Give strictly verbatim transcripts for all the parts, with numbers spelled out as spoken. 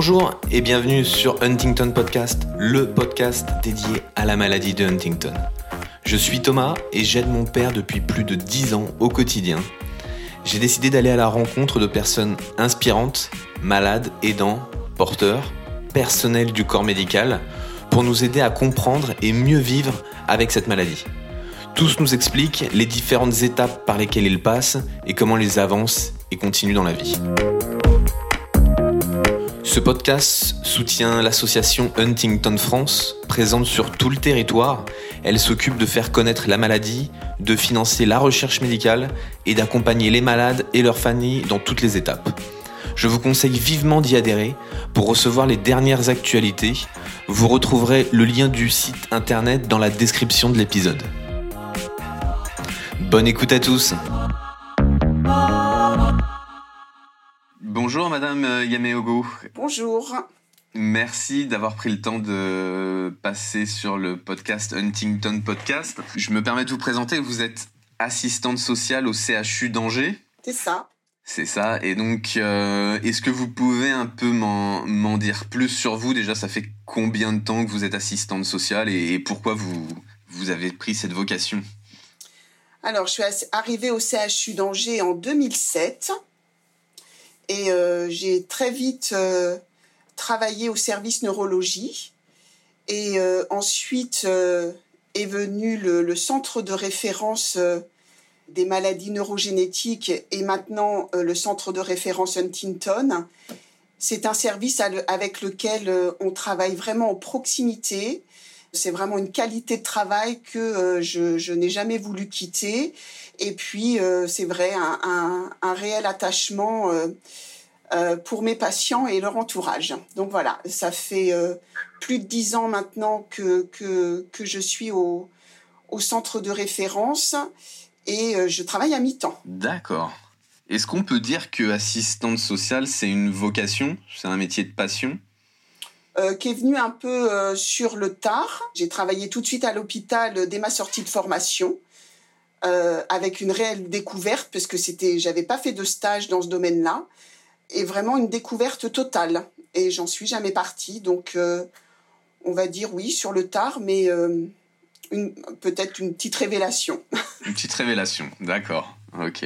Bonjour et bienvenue sur Huntington Podcast, le podcast dédié à la maladie de Huntington. Je suis Thomas et j'aide mon père depuis plus de dix ans au quotidien. J'ai décidé d'aller à la rencontre de personnes inspirantes, malades, aidants, porteurs, personnels du corps médical, pour nous aider à comprendre et mieux vivre avec cette maladie. Tous nous expliquent les différentes étapes par lesquelles ils passent et comment ils avancent et continuent dans la vie. Ce podcast soutient l'association Huntington France, présente sur tout le territoire. Elle s'occupe de faire connaître la maladie, de financer la recherche médicale et d'accompagner les malades et leurs familles dans toutes les étapes. Je vous conseille vivement d'y adhérer pour recevoir les dernières actualités. Vous retrouverez le lien du site internet dans la description de l'épisode. Bonne écoute à tous. Bonjour Madame Yameogo. Bonjour. Merci d'avoir pris le temps de passer sur le podcast Huntington Podcast. Je me permets de vous présenter, vous êtes assistante sociale au C H U d'Angers. C'est ça. C'est ça, et donc euh, est-ce que vous pouvez un peu m'en, m'en dire plus sur vous ? Déjà, ça fait combien de temps que vous êtes assistante sociale et, et pourquoi vous, vous avez pris cette vocation ? Alors, je suis arrivée au C H U d'Angers en deux mille sept. Et euh, j'ai très vite euh, travaillé au service neurologie. Et euh, ensuite euh, est venu le, le centre de référence euh, des maladies neurogénétiques et maintenant euh, le centre de référence Huntington. C'est un service avec lequel euh, on travaille vraiment en proximité. C'est vraiment une qualité de travail que euh, je, je n'ai jamais voulu quitter. Et puis, euh, c'est vrai, un, un, un réel attachement euh, euh, pour mes patients et leur entourage. Donc voilà, ça fait euh, plus de dix ans maintenant que, que, que je suis au, au centre de référence et euh, je travaille à mi-temps. D'accord. Est-ce qu'on peut dire que assistante sociale, c'est une vocation ? C'est un métier de passion ? Euh, qui est venu un peu euh, sur le tard. J'ai travaillé tout de suite à l'hôpital dès ma sortie de formation, euh, avec une réelle découverte, parce que c'était, j'avais pas fait de stage dans ce domaine-là, et vraiment une découverte totale. Et j'en suis jamais partie, donc euh, on va dire oui sur le tard, mais euh, une, peut-être une petite révélation. Une petite révélation, d'accord, ok.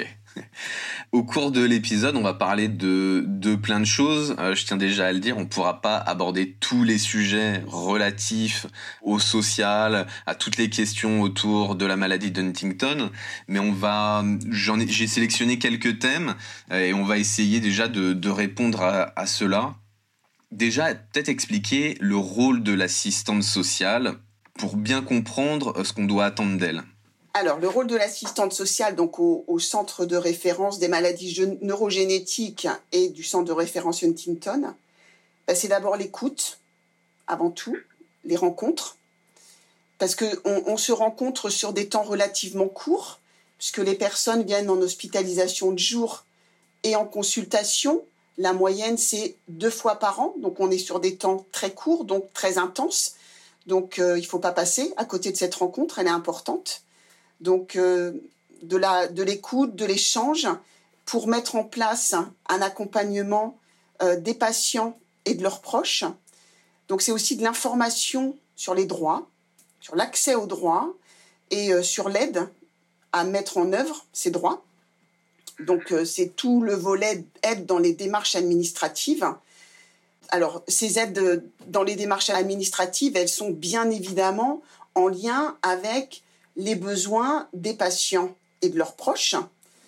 Au cours de l'épisode, on va parler de, de plein de choses. Euh, je tiens déjà à le dire, on ne pourra pas aborder tous les sujets relatifs au social, à toutes les questions autour de la maladie d'Huntington, mais on va, j'en ai, j'ai sélectionné quelques thèmes euh, et on va essayer déjà de, de répondre à, à cela. Déjà, peut-être expliquer le rôle de l'assistante sociale pour bien comprendre ce qu'on doit attendre d'elle. Alors, le rôle de l'assistante sociale donc au, au centre de référence des maladies neurogénétiques et du centre de référence Huntington, ben, c'est d'abord l'écoute, avant tout, les rencontres, parce qu'on on se rencontre sur des temps relativement courts, puisque les personnes viennent en hospitalisation de jour et en consultation. La moyenne, c'est deux fois par an, donc on est sur des temps très courts, donc très intenses. Donc, euh, il ne faut pas passer à côté de cette rencontre, elle est importante. Donc, euh, de, la, de l'écoute, de l'échange, pour mettre en place un accompagnement euh, des patients et de leurs proches. Donc, c'est aussi de l'information sur les droits, sur l'accès aux droits et euh, sur l'aide à mettre en œuvre ces droits. Donc, euh, c'est tout le volet aide dans les démarches administratives. Alors, ces aides dans les démarches administratives, elles sont bien évidemment en lien avec les besoins des patients et de leurs proches.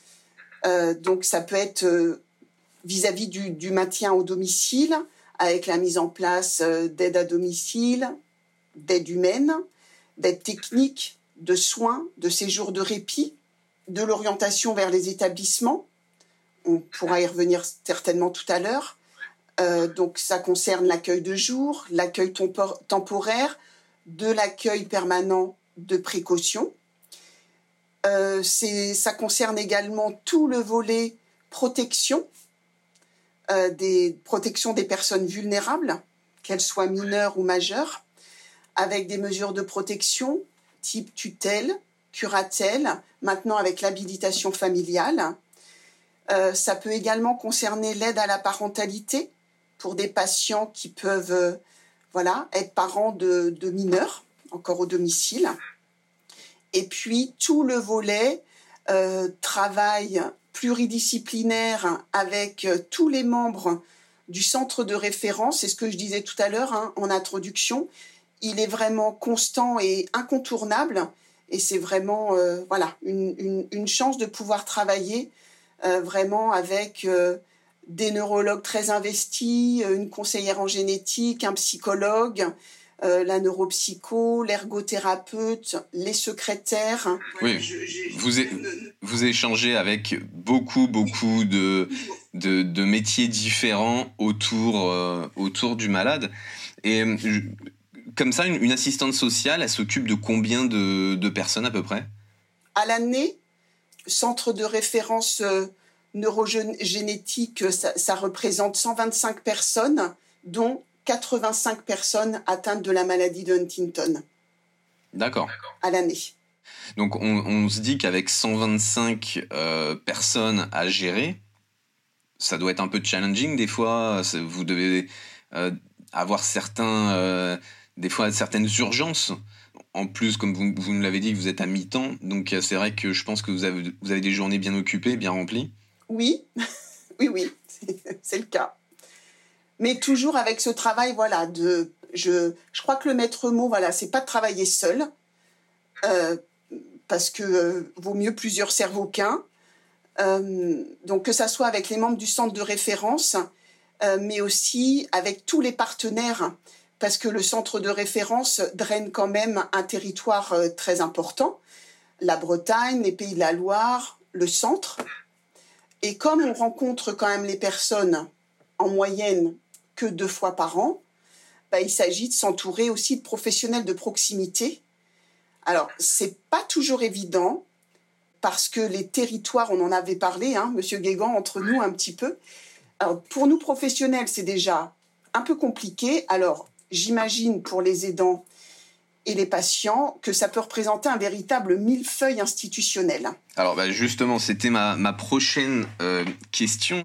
Euh, donc, ça peut être euh, vis-à-vis du, du maintien au domicile, avec la mise en place euh, d'aide à domicile, d'aide humaine, d'aide technique, de soins, de séjours de répit, de l'orientation vers les établissements. On pourra y revenir certainement tout à l'heure. Euh, donc, ça concerne l'accueil de jour, l'accueil tempor- temporaire, de l'accueil permanent de précaution. Euh, c'est, ça concerne également tout le volet protection, euh, des protections des personnes vulnérables, qu'elles soient mineures ou majeures, avec des mesures de protection type tutelle, curatelle, maintenant avec l'habilitation familiale. Euh, ça peut également concerner l'aide à la parentalité, pour des patients qui peuvent euh, voilà, être parents de, de mineurs, encore au domicile. Et puis, tout le volet euh, travail pluridisciplinaire avec euh, tous les membres du centre de référence. C'est ce que je disais tout à l'heure hein, en introduction. Il est vraiment constant et incontournable. Et c'est vraiment euh, voilà, une, une, une chance de pouvoir travailler euh, vraiment avec euh, des neurologues très investis, une conseillère en génétique, un psychologue, euh, la neuropsycho, l'ergothérapeute, les secrétaires. Oui, vous, é- vous échangez avec beaucoup, beaucoup de, de, de métiers différents autour, euh, autour du malade. Et je, comme ça, une, une assistante sociale, elle s'occupe de combien de, de personnes à peu près ? À l'année, centre de référence euh, neurogénétique, ça, ça représente cent vingt-cinq personnes, dont quatre-vingt-cinq personnes atteintes de la maladie de Huntington. D'accord. À l'année. Donc on, on se dit qu'avec cent vingt-cinq euh, personnes à gérer, ça doit être un peu challenging des fois. Vous devez euh, avoir certains, euh, des fois certaines urgences. En plus, comme vous, vous nous l'avez dit, vous êtes à mi-temps, donc c'est vrai que je pense que vous avez, vous avez des journées bien occupées, bien remplies. Oui, oui, oui, c'est, c'est le cas. Mais toujours avec ce travail, voilà, de, je, je crois que le maître mot, voilà, c'est pas de travailler seul, euh, parce que euh, vaut mieux plusieurs cerveaux qu'un. Euh, donc que ça soit avec les membres du centre de référence, euh, mais aussi avec tous les partenaires, parce que le centre de référence draine quand même un territoire euh, très important, la Bretagne, les Pays de la Loire, le centre. Et comme on rencontre quand même les personnes en moyenne que deux fois par an, bah, il s'agit de s'entourer aussi de professionnels de proximité. Alors, c'est pas toujours évident parce que les territoires, on en avait parlé, hein, Monsieur Guégan, entre nous un petit peu. Alors, pour nous professionnels, c'est déjà un peu compliqué. Alors, j'imagine pour les aidants et les patients que ça peut représenter un véritable millefeuille institutionnel. Alors bah justement, c'était ma, ma prochaine euh, question.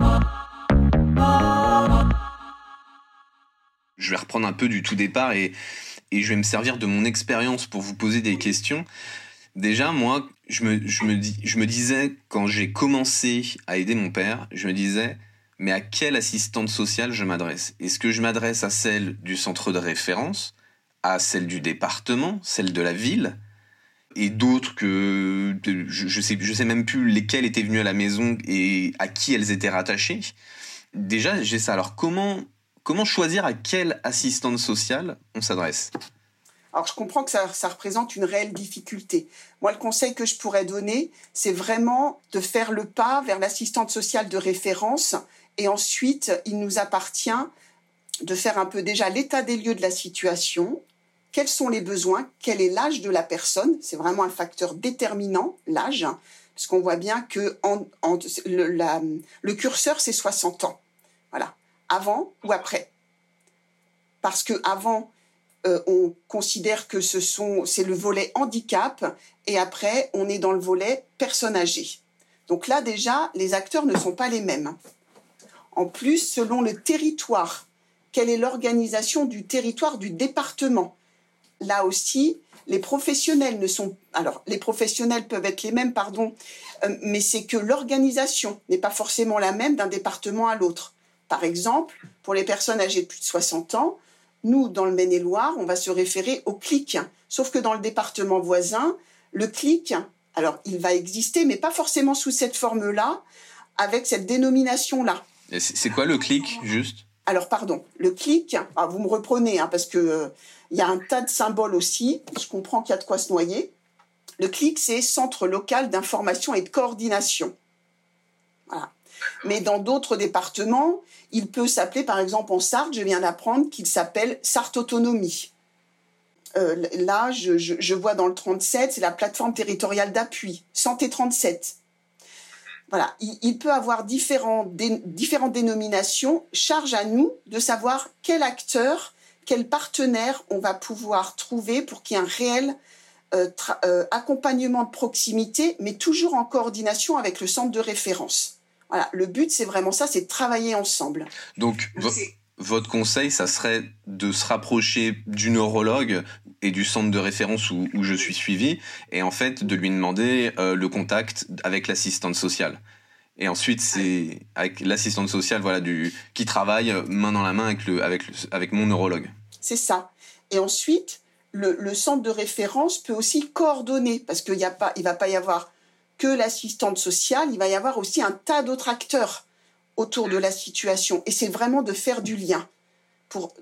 Je vais reprendre un peu du tout départ et, et je vais me servir de mon expérience pour vous poser des questions. Déjà, moi, je me, je me, dis, je me disais, quand j'ai commencé à aider mon père, je me disais, mais à quelle assistante sociale je m'adresse ? Est-ce que je m'adresse à celle du centre de référence, à celle du département, celle de la ville, et d'autres que je, je sais, je sais même plus lesquelles étaient venues à la maison et à qui elles étaient rattachées. Déjà, j'ai ça. Alors, comment, comment choisir à quelle assistante sociale on s'adresse ? Alors, je comprends que ça, ça représente une réelle difficulté. Moi, le conseil que je pourrais donner, c'est vraiment de faire le pas vers l'assistante sociale de référence. Et ensuite, il nous appartient de faire un peu déjà l'état des lieux de la situation. Quels sont les besoins ? Quel est l'âge de la personne ? C'est vraiment un facteur déterminant, l'âge, parce qu'on voit bien que en, en, le, la, le curseur, c'est soixante ans. Voilà. Avant ou après ? Parce qu'avant, euh, on considère que ce sont, c'est le volet handicap, et après, on est dans le volet personne âgée. Donc là, déjà, les acteurs ne sont pas les mêmes. En plus, selon le territoire, quelle est l'organisation du territoire du département ? Là aussi, les professionnels ne sont... Alors, les professionnels peuvent être les mêmes, pardon, euh, mais c'est que l'organisation n'est pas forcément la même d'un département à l'autre. Par exemple, pour les personnes âgées de plus de soixante ans, nous, dans le Maine-et-Loire, on va se référer au C L I C. Sauf que dans le département voisin, le C L I C, alors, il va exister, mais pas forcément sous cette forme-là, avec cette dénomination-là. Et c'est quoi le C L I C, juste ? Alors, pardon, le C L I C, ah, vous me reprenez, hein, parce que euh, il y a un tas de symboles aussi, je comprends qu'il y a de quoi se noyer. Le C L I C, c'est Centre local d'information et de coordination. Voilà. Mais dans d'autres départements, il peut s'appeler, par exemple en Sarthe, je viens d'apprendre qu'il s'appelle Sarthe Autonomie. Euh, là, je, je, je vois dans le trente-sept, c'est la plateforme territoriale d'appui, Santé trente-sept. Voilà, il, il peut avoir différents dé, différentes dénominations. Charge à nous de savoir quel acteur, quel partenaire on va pouvoir trouver pour qu'il y ait un réel euh, tra- euh, accompagnement de proximité, mais toujours en coordination avec le centre de référence. Voilà, le but, c'est vraiment ça, c'est de travailler ensemble. Donc, vo- votre conseil, ça serait de se rapprocher du neurologue et du centre de référence où, où je suis suivi, et en fait de lui demander euh, le contact avec l'assistante sociale. Et ensuite, c'est avec l'assistante sociale, voilà, du qui travaille main dans la main avec le avec le, avec mon neurologue. C'est ça. Et ensuite, le, le centre de référence peut aussi coordonner, parce qu'il y a pas, il va pas y avoir que l'assistante sociale, il va y avoir aussi un tas d'autres acteurs autour de la situation. Et c'est vraiment de faire du lien pour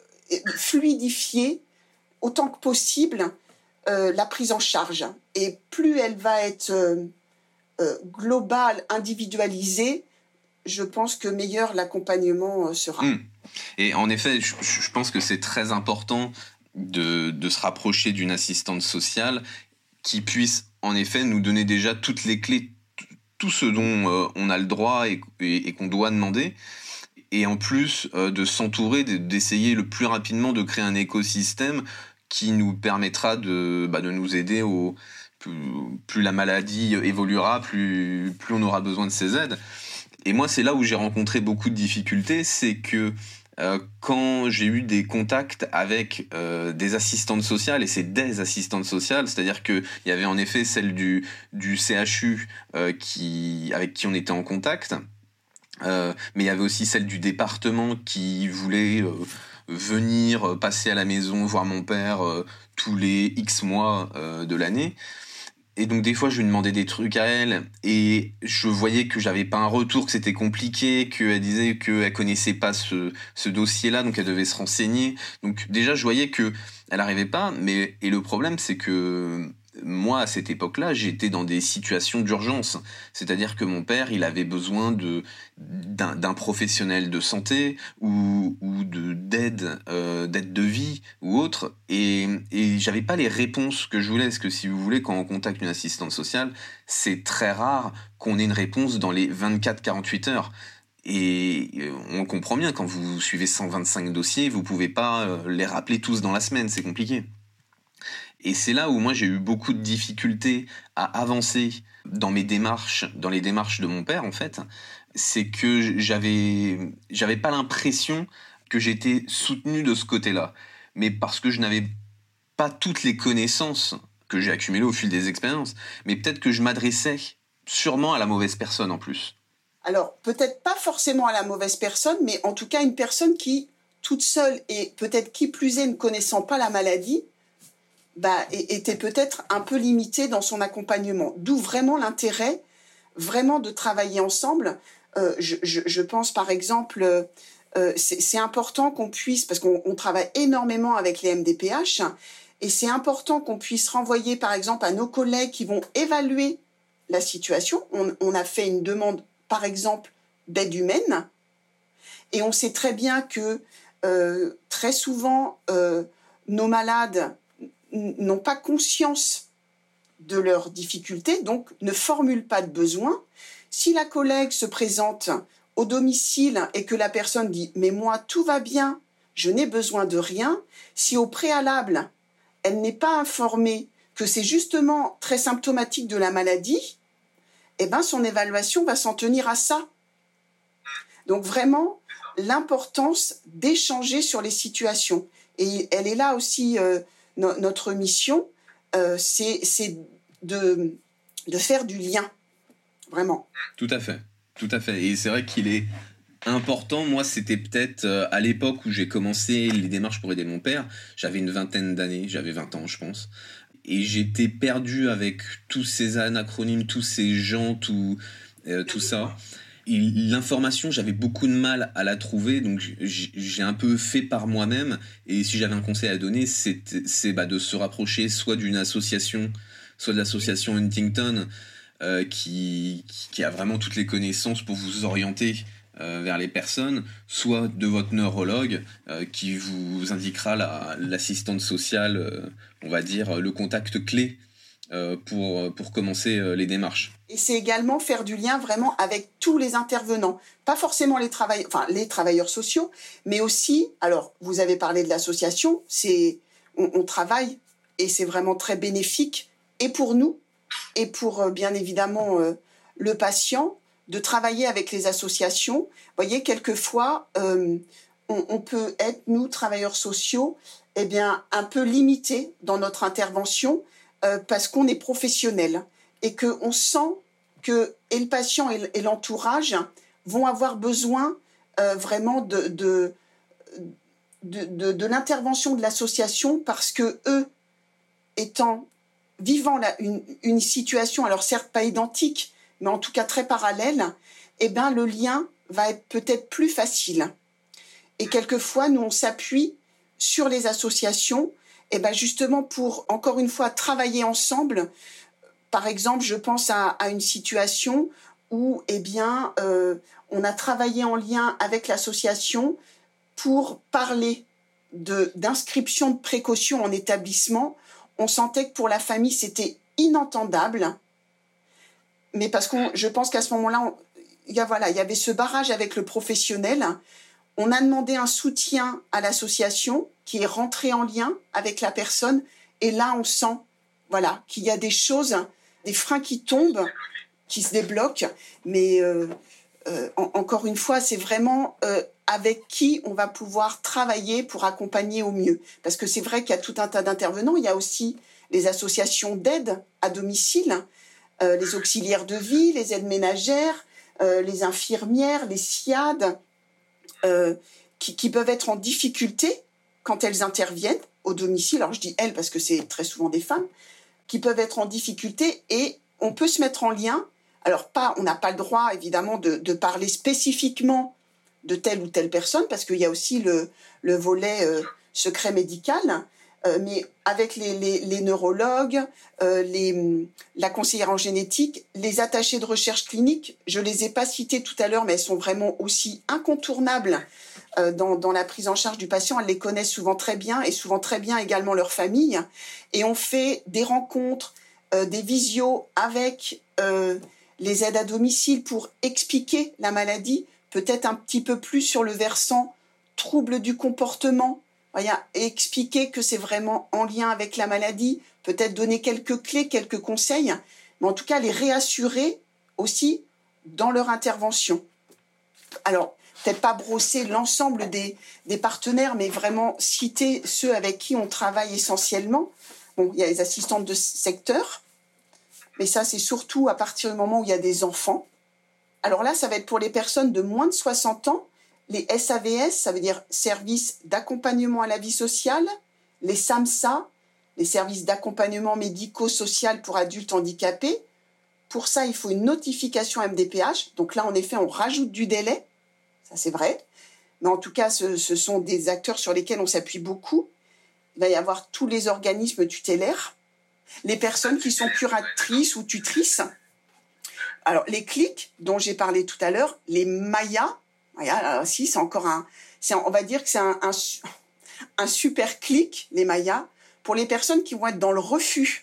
fluidifier autant que possible euh, la prise en charge. Et plus elle va être euh, euh, globale, individualisée, je pense que meilleur l'accompagnement euh, sera. Mmh. Et en effet, je, je pense que c'est très important de, de se rapprocher d'une assistante sociale qui puisse en effet nous donner déjà toutes les clés, tout ce dont euh, on a le droit et, et, et qu'on doit demander, et en plus euh, de s'entourer, d'essayer le plus rapidement de créer un écosystème qui nous permettra de, bah, de nous aider au plus, plus la maladie évoluera, plus, plus on aura besoin de ces aides. Et moi, c'est là où j'ai rencontré beaucoup de difficultés, c'est que euh, quand j'ai eu des contacts avec euh, des assistantes sociales, et c'est des assistantes sociales, c'est-à-dire qu'il y avait en effet celle du, du C H U euh, qui, avec qui on était en contact, euh, mais il y avait aussi celle du département qui voulait euh, venir passer à la maison voir mon père euh, tous les X mois euh, de l'année. Et donc des fois je lui demandais des trucs à elle et je voyais que j'avais pas un retour, que c'était compliqué, qu'elle disait qu'elle connaissait pas ce, ce dossier-là, donc elle devait se renseigner. Donc déjà je voyais que elle arrivait pas, mais et le problème c'est que moi à cette époque-là j'étais dans des situations d'urgence, c'est-à-dire que mon père il avait besoin de d'un, d'un professionnel de santé ou, ou de d'aide euh, d'aide de vie ou autre, et et j'avais pas les réponses que je voulais, parce que si vous voulez, quand on contacte une assistante sociale, c'est très rare qu'on ait une réponse dans les vingt-quatre à quarante-huit heures. Et on comprend bien, quand vous suivez cent vingt-cinq dossiers, vous pouvez pas les rappeler tous dans la semaine, c'est compliqué. Et c'est là où moi j'ai eu beaucoup de difficultés à avancer dans mes démarches, dans les démarches de mon père en fait. C'est que j'avais, j'avais pas l'impression que j'étais soutenu de ce côté-là. Mais parce que je n'avais pas toutes les connaissances que j'ai accumulées au fil des expériences. Mais peut-être que je m'adressais sûrement à la mauvaise personne en plus. Alors, peut-être pas forcément à la mauvaise personne, mais en tout cas une personne qui, toute seule et peut-être qui plus est ne connaissant pas la maladie, bah, était peut-être un peu limitée dans son accompagnement. D'où vraiment l'intérêt, vraiment de travailler ensemble. Euh, je, je, je pense par exemple, euh, c'est, c'est important qu'on puisse, parce qu'on on travaille énormément avec les M D P H, et c'est important qu'on puisse renvoyer par exemple à nos collègues qui vont évaluer la situation. On, on a fait une demande, par exemple, d'aide humaine, et on sait très bien que euh, très souvent, euh, nos malades n'ont pas conscience de leurs difficultés, donc ne formulent pas de besoin. Si la collègue se présente au domicile et que la personne dit « mais moi, tout va bien, je n'ai besoin de rien », si au préalable, elle n'est pas informée que c'est justement très symptomatique de la maladie, eh ben son évaluation va s'en tenir à ça. Donc vraiment, l'importance d'échanger sur les situations. Et elle est là aussi... Euh, Notre mission, euh, c'est, c'est de, de faire du lien, vraiment. Tout à fait, tout à fait. Et c'est vrai qu'il est important. Moi, c'était peut-être euh, à l'époque où j'ai commencé les démarches pour aider mon père, j'avais une vingtaine d'années, j'avais vingt ans, je pense. Et j'étais perdu avec tous ces anacronymes, tous ces gens, tout, euh, tout ça. Et l'information, j'avais beaucoup de mal à la trouver, donc j'ai un peu fait par moi-même. Et si j'avais un conseil à donner, c'est, c'est bah, de se rapprocher soit d'une association, soit de l'association Huntington, euh, qui, qui a vraiment toutes les connaissances pour vous orienter euh, vers les personnes, soit de votre neurologue, euh, qui vous indiquera la, l'assistante sociale, euh, on va dire, le contact clé euh, pour, pour commencer euh, les démarches. Et c'est également faire du lien vraiment avec tous les intervenants, pas forcément les travailleurs, enfin les travailleurs sociaux, mais aussi, alors vous avez parlé de l'association, c'est on, on travaille et c'est vraiment très bénéfique et pour nous et pour euh, bien évidemment euh, le patient de travailler avec les associations. Vous voyez, quelquefois euh, on, on peut être, nous, travailleurs sociaux, eh bien, un peu limités dans notre intervention euh, parce qu'on est professionnel et qu'on sent que et le patient et, et l'entourage vont avoir besoin euh, vraiment de, de, de, de, de l'intervention de l'association parce que eux, étant vivant la, une, une situation, alors certes pas identique, mais en tout cas très parallèle, eh ben, le lien va être peut-être plus facile. Et quelquefois, nous, on s'appuie sur les associations, eh ben, justement pour, encore une fois, travailler ensemble. Par exemple, je pense à, à une situation où eh bien, euh, on a travaillé en lien avec l'association pour parler de, d'inscription de précaution en établissement. On sentait que pour la famille, c'était inentendable. Mais parce que je pense qu'à ce moment-là, on, il y a, voilà, il y avait ce barrage avec le professionnel. On a demandé un soutien à l'association qui est rentré en lien avec la personne. Et là, on sent voilà, qu'il y a des choses, des freins qui tombent, qui se débloquent. Mais euh, euh, en, encore une fois, c'est vraiment euh, avec qui on va pouvoir travailler pour accompagner au mieux. Parce que c'est vrai qu'il y a tout un tas d'intervenants. Il y a aussi les associations d'aide à domicile, euh, les auxiliaires de vie, les aides ménagères, euh, les infirmières, les SIAD, euh, qui, qui peuvent être en difficulté quand elles interviennent au domicile. Alors je dis elles parce que c'est très souvent des femmes qui peuvent être en difficulté et on peut se mettre en lien. Alors pas, on n'a pas le droit évidemment de, de parler spécifiquement de telle ou telle personne parce qu'il y a aussi le, le volet euh, secret médical. Euh, mais avec les, les, les neurologues, euh, les, la conseillère en génétique, les attachés de recherche clinique, je les ai pas cités tout à l'heure, mais elles sont vraiment aussi incontournables euh, dans, dans la prise en charge du patient. Elles les connaissent souvent très bien et souvent très bien également leur famille. Et on fait des rencontres, euh, des visios avec euh, les aides à domicile pour expliquer la maladie, peut-être un petit peu plus sur le versant trouble du comportement, et expliquer que c'est vraiment en lien avec la maladie, peut-être donner quelques clés, quelques conseils, mais en tout cas les réassurer aussi dans leur intervention. Alors, peut-être pas brosser l'ensemble des, des partenaires, mais vraiment citer ceux avec qui on travaille essentiellement. Bon, il y a les assistantes de secteur, mais ça, c'est surtout à partir du moment où il y a des enfants. Alors là, ça va être pour les personnes de moins de soixante ans, les S A V S, ça veut dire services d'accompagnement à la vie sociale, les SAMSA, les services d'accompagnement médico-social pour adultes handicapés. Pour ça, il faut une notification M D P H. Donc là, en effet, on rajoute du délai, ça c'est vrai. Mais en tout cas, ce, ce sont des acteurs sur lesquels on s'appuie beaucoup. Il va y avoir tous les organismes tutélaires, les personnes qui sont curatrices ou tutrices. Alors, les clics dont j'ai parlé tout à l'heure, les Maya, Maya, si, c'est encore un, c'est, on va dire que c'est un, un, un super clic, les Maya, pour les personnes qui vont être dans le refus,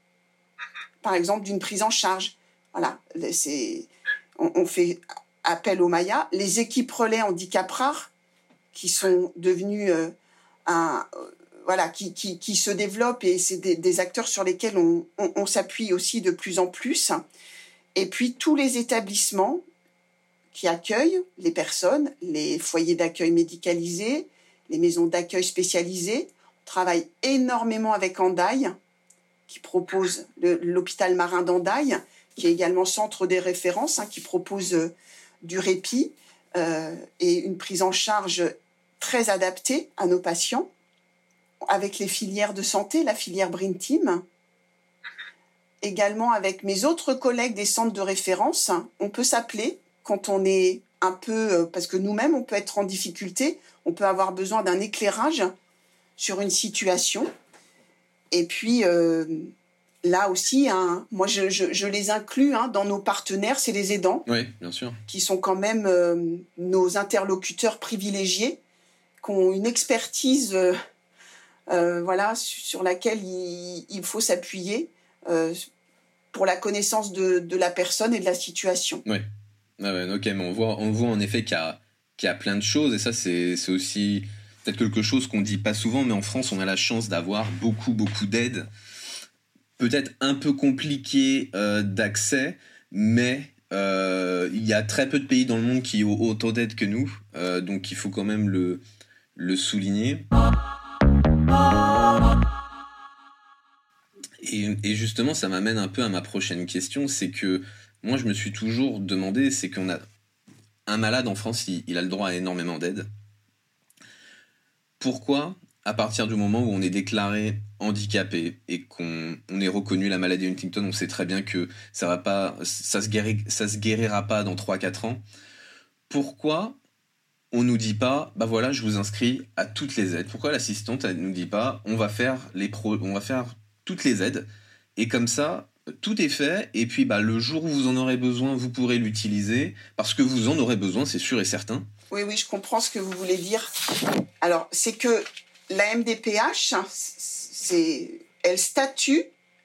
par exemple, d'une prise en charge. Voilà, c'est, on, on fait appel aux Maya. Les équipes relais handicap rare, qui sont devenues euh, un, euh, voilà, qui, qui, qui se développent et c'est des, des acteurs sur lesquels on, on, on s'appuie aussi de plus en plus. Et puis tous les établissements qui accueillent les personnes, les foyers d'accueil médicalisés, les maisons d'accueil spécialisées. On travaille énormément avec Hendaye, qui propose le, l'hôpital marin d'Hendaye, qui est également centre des références, hein, qui propose euh, du répit euh, et une prise en charge très adaptée à nos patients, avec les filières de santé, la filière Brain Team. Également avec mes autres collègues des centres de référence, on peut s'appeler quand on est un peu, parce que nous-mêmes, on peut être en difficulté, on peut avoir besoin d'un éclairage sur une situation. Et puis, euh, là aussi, hein, moi, je, je, je les inclus hein, dans nos partenaires, c'est les aidants. Oui, bien sûr. Qui sont quand même euh, nos interlocuteurs privilégiés, qui ont une expertise euh, euh, voilà, sur laquelle il, il faut s'appuyer euh, pour la connaissance de, de la personne et de la situation. Oui. Ah ouais, ok, mais on voit, on voit en effet qu'il y a, qu'il y a plein de choses, et ça, c'est, c'est aussi peut-être quelque chose qu'on dit pas souvent, mais en France, on a la chance d'avoir beaucoup, beaucoup d'aide. Peut-être un peu compliqué euh, d'accès, mais Euh, il y a très peu de pays dans le monde qui ont autant d'aide que nous, euh, donc il faut quand même le, le souligner. Et, et justement, ça m'amène un peu à ma prochaine question, c'est que moi je me suis toujours demandé, c'est qu'on a un malade en France, il, il a le droit à énormément d'aide. Pourquoi, à partir du moment où on est déclaré handicapé et qu'on on est reconnu la maladie Huntington, on sait très bien que ça va pas, ça se guéri, ça se guérira pas dans trois à quatre ans. Pourquoi on nous dit pas, bah voilà, je vous inscris à toutes les aides? Pourquoi l'assistante, elle nous dit pas, on va faire les pro, on va faire toutes les aides, et comme ça, tout est fait, et puis bah, le jour où vous en aurez besoin, vous pourrez l'utiliser, parce que vous en aurez besoin, c'est sûr et certain. Oui, oui, je comprends ce que vous voulez dire. Alors, c'est que la M D P H, c'est, elle statue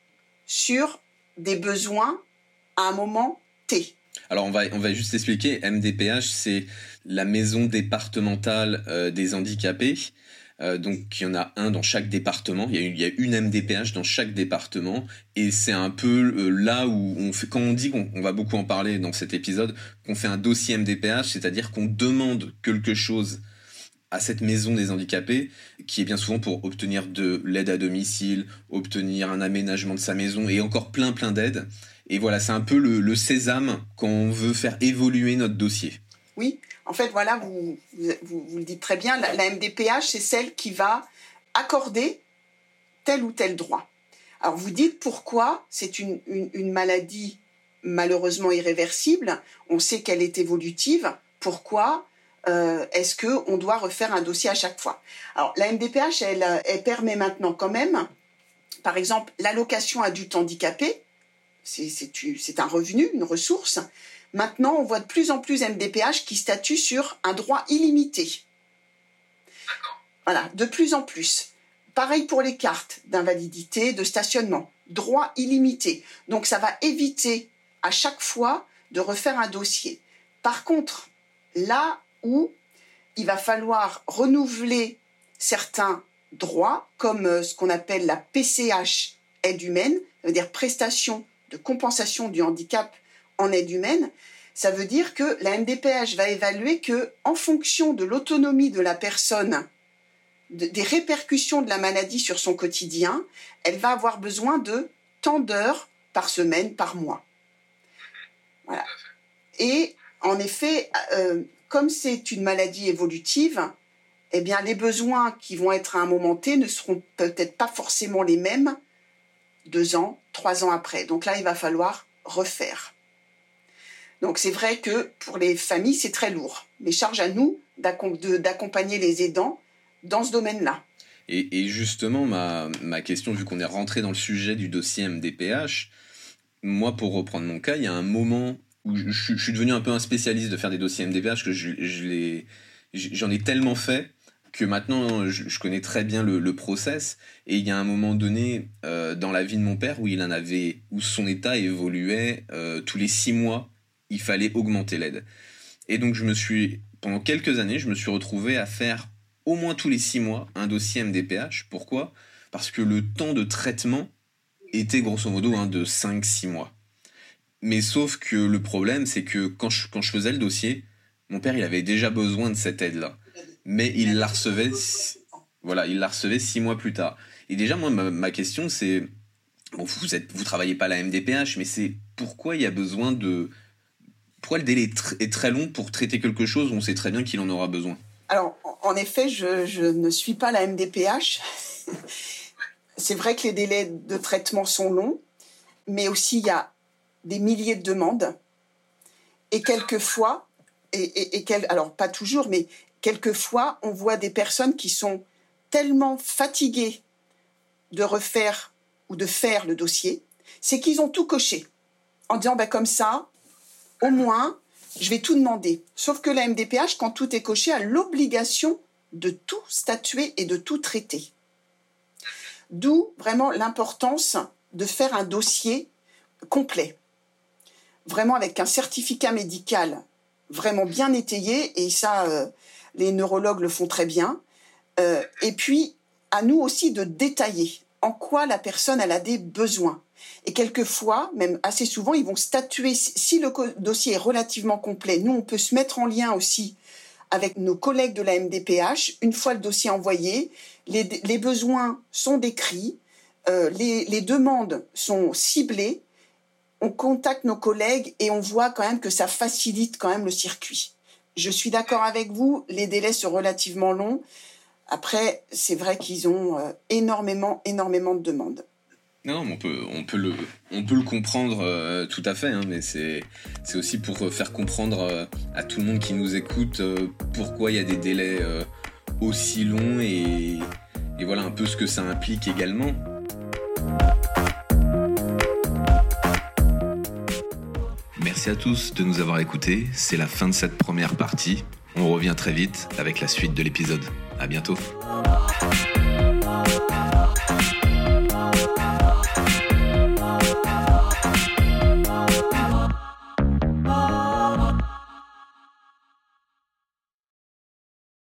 sur des besoins à un moment T. Alors, on va, on va juste expliquer. M D P H, c'est la maison départementale euh, des handicapés. Euh, donc, il y en a un dans chaque département. Il y a une, il y a une M D P H dans chaque département. Et c'est un peu euh, là où on fait, quand on dit qu'on on va beaucoup en parler dans cet épisode, qu'on fait un dossier M D P H, c'est-à-dire qu'on demande quelque chose à cette maison des handicapés, qui est bien souvent pour obtenir de l'aide à domicile, obtenir un aménagement de sa maison et encore plein plein d'aides. Et voilà, c'est un peu le, le sésame quand on veut faire évoluer notre dossier. Oui, en fait, voilà, vous, vous, vous le dites très bien, la, la M D P H, c'est celle qui va accorder tel ou tel droit. Alors, vous dites pourquoi c'est une, une, une maladie malheureusement irréversible, on sait qu'elle est évolutive, pourquoi euh, est-ce qu'on doit refaire un dossier à chaque fois? Alors, la M D P H, elle, elle permet maintenant quand même, par exemple, l'allocation adulte handicapé, c'est, c'est, c'est un revenu, une ressource. Maintenant, on voit de plus en plus M D P H qui statuent sur un droit illimité. D'accord. Voilà, de plus en plus. Pareil pour les cartes d'invalidité, de stationnement. Droit illimité. Donc, ça va éviter à chaque fois de refaire un dossier. Par contre, là où il va falloir renouveler certains droits, comme ce qu'on appelle la P C H aide humaine, c'est-à-dire prestation de compensation du handicap en aide humaine, ça veut dire que la M D P H va évaluer que, en fonction de l'autonomie de la personne, de, des répercussions de la maladie sur son quotidien, elle va avoir besoin de tant d'heures par semaine, par mois. Voilà. Et en effet, euh, comme c'est une maladie évolutive, eh bien, les besoins qui vont être à un moment T ne seront peut-être pas forcément les mêmes deux ans, trois ans après. Donc là, il va falloir refaire. Donc c'est vrai que pour les familles, c'est très lourd. Mais charge à nous d'accompagner les aidants dans ce domaine-là. Et, et justement, ma, ma question, vu qu'on est rentré dans le sujet du dossier M D P H, moi, pour reprendre mon cas, il y a un moment où je, je, je suis devenu un peu un spécialiste de faire des dossiers M D P H, que je, je les, j'en ai tellement fait que maintenant, je, je connais très bien le, le process. Et il y a un moment donné euh, dans la vie de mon père où il en avait, où son état évoluait euh, tous les six mois. Il fallait augmenter l'aide. Et donc, je me suis, pendant quelques années, je me suis retrouvé à faire au moins tous les six mois un dossier M D P H. Pourquoi ? Parce que le temps de traitement était grosso modo hein, de cinq six mois. Mais sauf que le problème, c'est que quand je, quand je faisais le dossier, mon père, il avait déjà besoin de cette aide-là. Mais il la recevait, voilà, il la recevait six mois plus tard. Et déjà, moi, ma, ma question, c'est, bon, vous êtes, vous travaillez pas à la M D P H, mais c'est pourquoi il y a besoin de, pourquoi le délai est très long pour traiter quelque chose où on sait très bien qu'il en aura besoin? Alors, en effet, je, je ne suis pas la M D P H. C'est vrai que les délais de traitement sont longs, mais aussi il y a des milliers de demandes. Et quelquefois, et, et, et quel, alors pas toujours, mais quelquefois, on voit des personnes qui sont tellement fatiguées de refaire ou de faire le dossier, c'est qu'ils ont tout coché en disant ben, comme ça, au moins, je vais tout demander. Sauf que la M D P H, quand tout est coché, a l'obligation de tout statuer et de tout traiter. D'où vraiment l'importance de faire un dossier complet, vraiment avec un certificat médical vraiment bien étayé, et ça, euh, les neurologues le font très bien. Euh, et puis, à nous aussi de détailler en quoi la personne elle a des besoins. Et quelquefois, même assez souvent, ils vont statuer. Si le co- dossier est relativement complet, nous, on peut se mettre en lien aussi avec nos collègues de la M D P H. Une fois le dossier envoyé, les, les besoins sont décrits, euh, les, les demandes sont ciblées, on contacte nos collègues et on voit quand même que ça facilite quand même le circuit. Je suis d'accord avec vous, les délais sont relativement longs. Après, c'est vrai qu'ils ont euh, énormément, énormément de demandes. Non, on peut, on peut le, on peut le comprendre euh, tout à fait, hein, mais c'est, c'est aussi pour faire comprendre euh, à tout le monde qui nous écoute euh, pourquoi il y a des délais euh, aussi longs et, et voilà un peu ce que ça implique également. Merci à tous de nous avoir écoutés. C'est la fin de cette première partie. On revient très vite avec la suite de l'épisode. À bientôt.